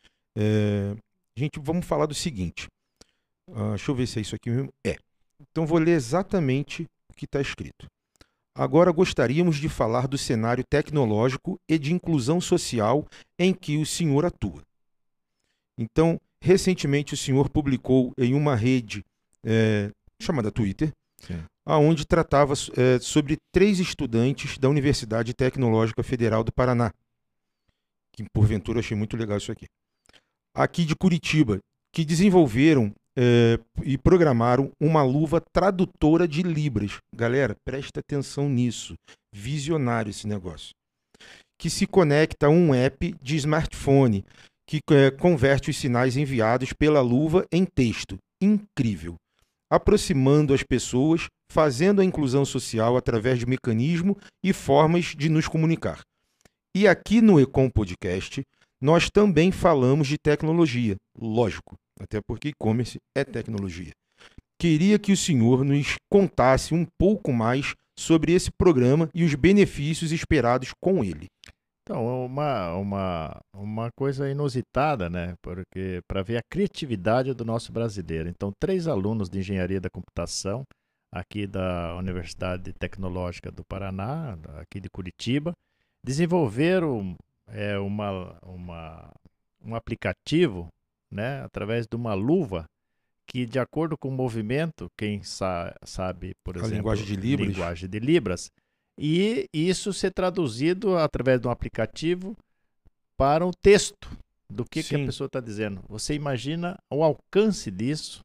é, gente, vamos falar do seguinte. Uh, deixa eu ver se é isso aqui mesmo. É. Então vou ler exatamente o que está escrito. Agora gostaríamos de falar do cenário tecnológico e de inclusão social em que o senhor atua. Então, recentemente o senhor publicou em uma rede é, chamada Twitter, Sim. onde tratava é, sobre três estudantes da Universidade Tecnológica Federal do Paraná, que porventura eu achei muito legal isso aqui, aqui de Curitiba, que desenvolveram é, e programaram uma luva tradutora de Libras. Galera, presta atenção nisso. Visionário esse negócio. Que se conecta a um app de smartphone que é, converte os sinais enviados pela luva em texto. Incrível. Aproximando as pessoas, fazendo a inclusão social através de mecanismos e formas de nos comunicar. E aqui no Ecom Podcast, nós também falamos de tecnologia. Lógico, até porque e-commerce é tecnologia. Queria que o senhor nos contasse um pouco mais sobre esse programa e os benefícios esperados com ele. Então, uma, uma, uma coisa inusitada, né? Porque para ver a criatividade do nosso brasileiro. Então, três alunos de Engenharia da Computação, aqui da Universidade Tecnológica do Paraná, aqui de Curitiba, desenvolveram é, uma, uma, um aplicativo, né? Através de uma luva que, de acordo com o movimento, quem sa sabe, por exemplo, a linguagem de Libras, linguagem de Libras, e isso ser traduzido através de um aplicativo para um texto do que, que a pessoa está dizendo. Você imagina o alcance disso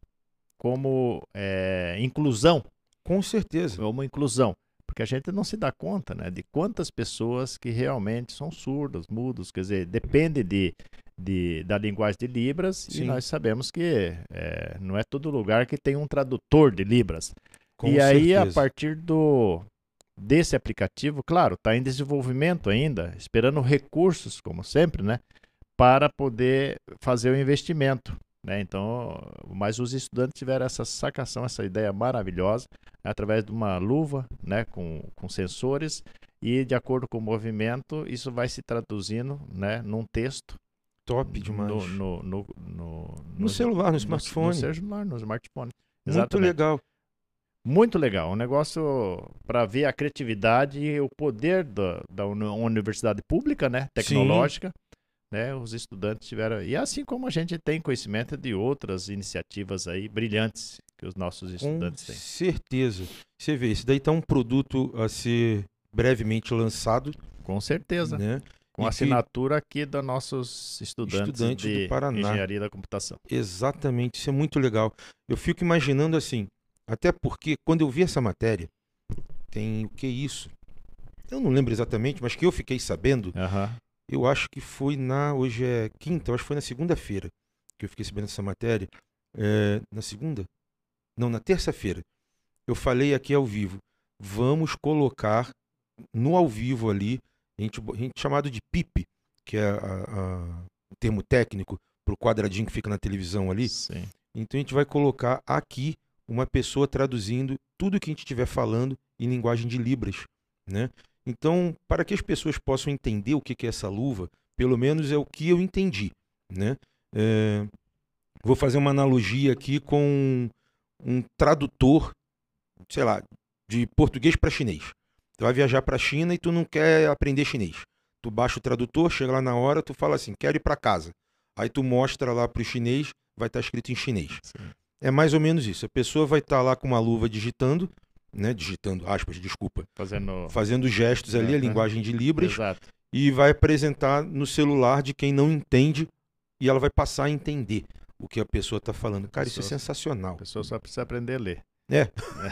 como é, inclusão? Com certeza. Como inclusão. Porque a gente não se dá conta, né, de quantas pessoas que realmente são surdas, mudos, quer dizer, depende de, de, da linguagem de Libras. Sim. E nós sabemos que é, não é todo lugar que tem um tradutor de Libras. Com e aí, certeza. a partir do... desse aplicativo, claro, está em desenvolvimento ainda, esperando recursos, como sempre, né, para poder fazer o investimento, né? Então, mas os estudantes tiveram essa sacação, essa ideia maravilhosa, né, através de uma luva, né, com, com sensores, e de acordo com o movimento, isso vai se traduzindo, né, num texto. Top demais. No, no, no, no, no, no celular, no smartphone. No, no celular, no smartphone. Muito Exatamente. legal. Muito legal, um negócio para ver a criatividade e o poder da, da universidade pública, né, tecnológica, né, os estudantes tiveram, e assim como a gente tem conhecimento de outras iniciativas aí brilhantes que os nossos estudantes têm. Com certeza. Você vê, isso daí está um produto a ser brevemente lançado. Com certeza, né? Com e assinatura aqui dos nossos estudantes, estudantes de do Paraná. Engenharia da Computação. Exatamente, isso é muito legal. Eu fico imaginando assim, até porque quando eu vi essa matéria, tem o que é isso? Eu não lembro exatamente, mas que eu fiquei sabendo, uhum. eu acho que foi na, hoje é quinta, eu acho que foi na segunda-feira que eu fiquei sabendo dessa matéria. É, na segunda? Não, na terça-feira. Eu falei aqui ao vivo, vamos colocar no ao vivo ali, a gente, a gente chamado de P I P, que é a, a, o termo técnico para o quadradinho que fica na televisão ali. Sim. Então a gente vai colocar aqui uma pessoa traduzindo tudo que a gente estiver falando em linguagem de Libras, né? Então, para que as pessoas possam entender o que é essa luva, pelo menos é o que eu entendi, né? É, vou fazer uma analogia aqui com um tradutor, sei lá, de português para chinês. Tu vai viajar para a China e tu não quer aprender chinês. Tu baixa o tradutor, chega lá na hora, tu fala assim, quero ir para casa. Aí tu mostra lá para o chinês, vai estar escrito em chinês. Sim. É mais ou menos isso. A pessoa vai estar lá com uma luva digitando, né, digitando, aspas, desculpa, fazendo, fazendo gestos ali, é, a linguagem de Libras, exato. E vai apresentar no celular de quem não entende e ela vai passar a entender o que a pessoa está falando. Cara, pessoa, isso é sensacional. A pessoa só precisa aprender a ler. É.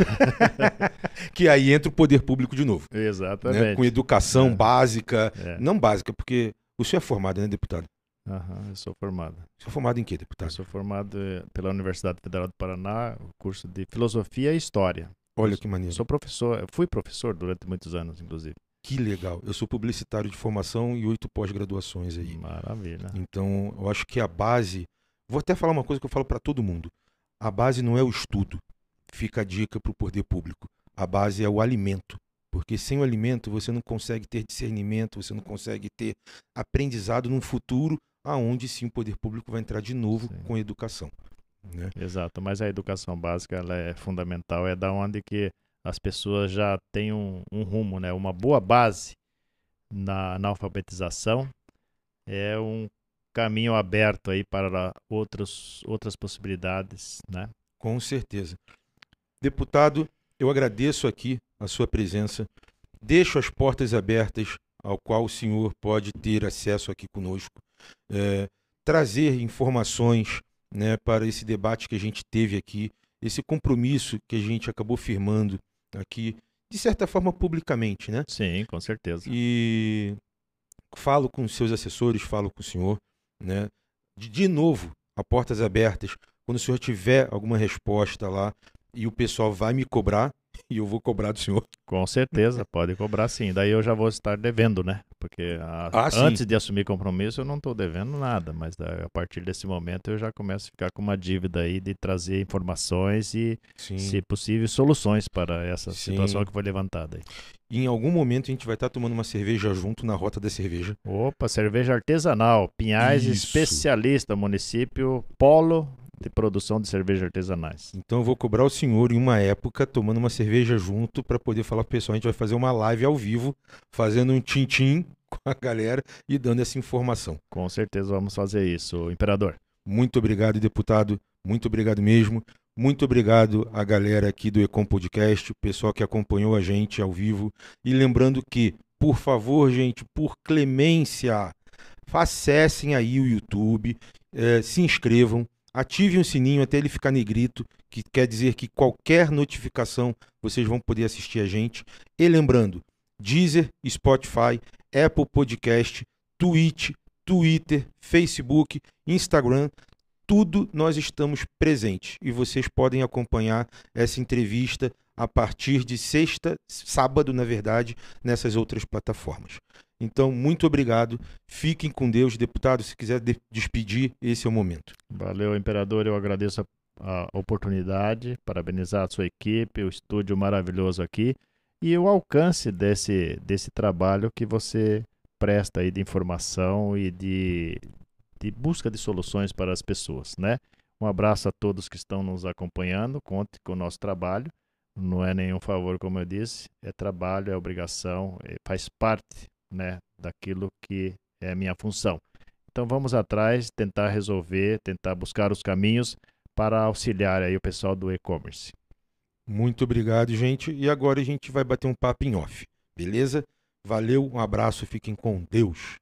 Que aí entra o poder público de novo. Exatamente. Né? Com educação é. básica, é. não básica, porque o senhor é formado, né, deputado? Aham, eu sou formado. Você é formado em quê, deputado? Eu sou formado pela Universidade Federal do Paraná, curso de Filosofia e História. Olha eu que maneiro. Sou professor, eu fui professor durante muitos anos, inclusive. Que legal. Eu sou publicitário de formação e oito pós-graduações aí. Maravilha. Então, eu acho que a base... Vou até falar uma coisa que eu falo para todo mundo. A base não é o estudo. Fica a dica para o poder público. A base é o alimento. Porque sem o alimento você não consegue ter discernimento, você não consegue ter aprendizado num futuro aonde sim o poder público vai entrar de novo sim. com a educação. Né? Exato, mas a educação básica ela é fundamental, é da onde que as pessoas já têm um, um rumo, né? Uma boa base na, na alfabetização é um caminho aberto aí para outros, outras possibilidades, né? Com certeza. Deputado, eu agradeço aqui a sua presença, deixo as portas abertas ao qual o senhor pode ter acesso aqui conosco, é, trazer informações né, para esse debate que a gente teve aqui, esse compromisso que a gente acabou firmando aqui, de certa forma publicamente, né? Sim, com certeza. E falo com os seus assessores, falo com o senhor, né? De, de novo, a portas abertas, quando o senhor tiver alguma resposta lá e o pessoal vai me cobrar, e eu vou cobrar do senhor. Com certeza, pode cobrar sim. Daí eu já vou estar devendo, né? Porque a, Ah, antes sim. de assumir compromisso eu não estou devendo nada, mas da- a partir desse momento eu já começo a ficar com uma dívida aí de trazer informações e, Sim. se possível, soluções para essa Sim. situação que foi levantada aí. E em algum momento a gente vai estar tomando uma cerveja junto na Rota da Cerveja. Opa, cerveja artesanal, Pinhais, Isso. especialista, município, polo de produção de cerveja artesanais. Então eu vou cobrar o senhor em uma época tomando uma cerveja junto para poder falar pro pessoal. A gente vai fazer uma live ao vivo, fazendo um tim-tim com a galera e dando essa informação. Com certeza vamos fazer isso, imperador. Muito obrigado, deputado. Muito obrigado mesmo. Muito obrigado à galera aqui do Ecom Podcast, o pessoal que acompanhou a gente ao vivo. E lembrando que, por favor, gente, por clemência, acessem aí o YouTube, eh, se inscrevam, ativem o sininho até ele ficar negrito, que quer dizer que qualquer notificação vocês vão poder assistir a gente. E lembrando, Deezer, Spotify, Apple Podcast, Twitch, Twitter, Facebook, Instagram, tudo nós estamos presentes. E vocês podem acompanhar essa entrevista a partir de sexta, sábado, na verdade, nessas outras plataformas. Então, muito obrigado. Fiquem com Deus, deputado. Se quiser de- despedir, esse é o momento. Valeu, imperador. Eu agradeço a, a oportunidade, parabenizar a sua equipe, o estúdio maravilhoso aqui e o alcance desse, desse trabalho que você presta aí de informação e de, de busca de soluções para as pessoas, né? Um abraço a todos que estão nos acompanhando. Conte com o nosso trabalho. Não é nenhum favor, como eu disse, é trabalho, é obrigação, é, faz parte, né, daquilo que é a minha função. Então vamos atrás, tentar resolver, tentar buscar os caminhos para auxiliar aí o pessoal do e-commerce. Muito obrigado, gente. E agora a gente vai bater um papo em off, beleza? Valeu, um abraço, fiquem com Deus.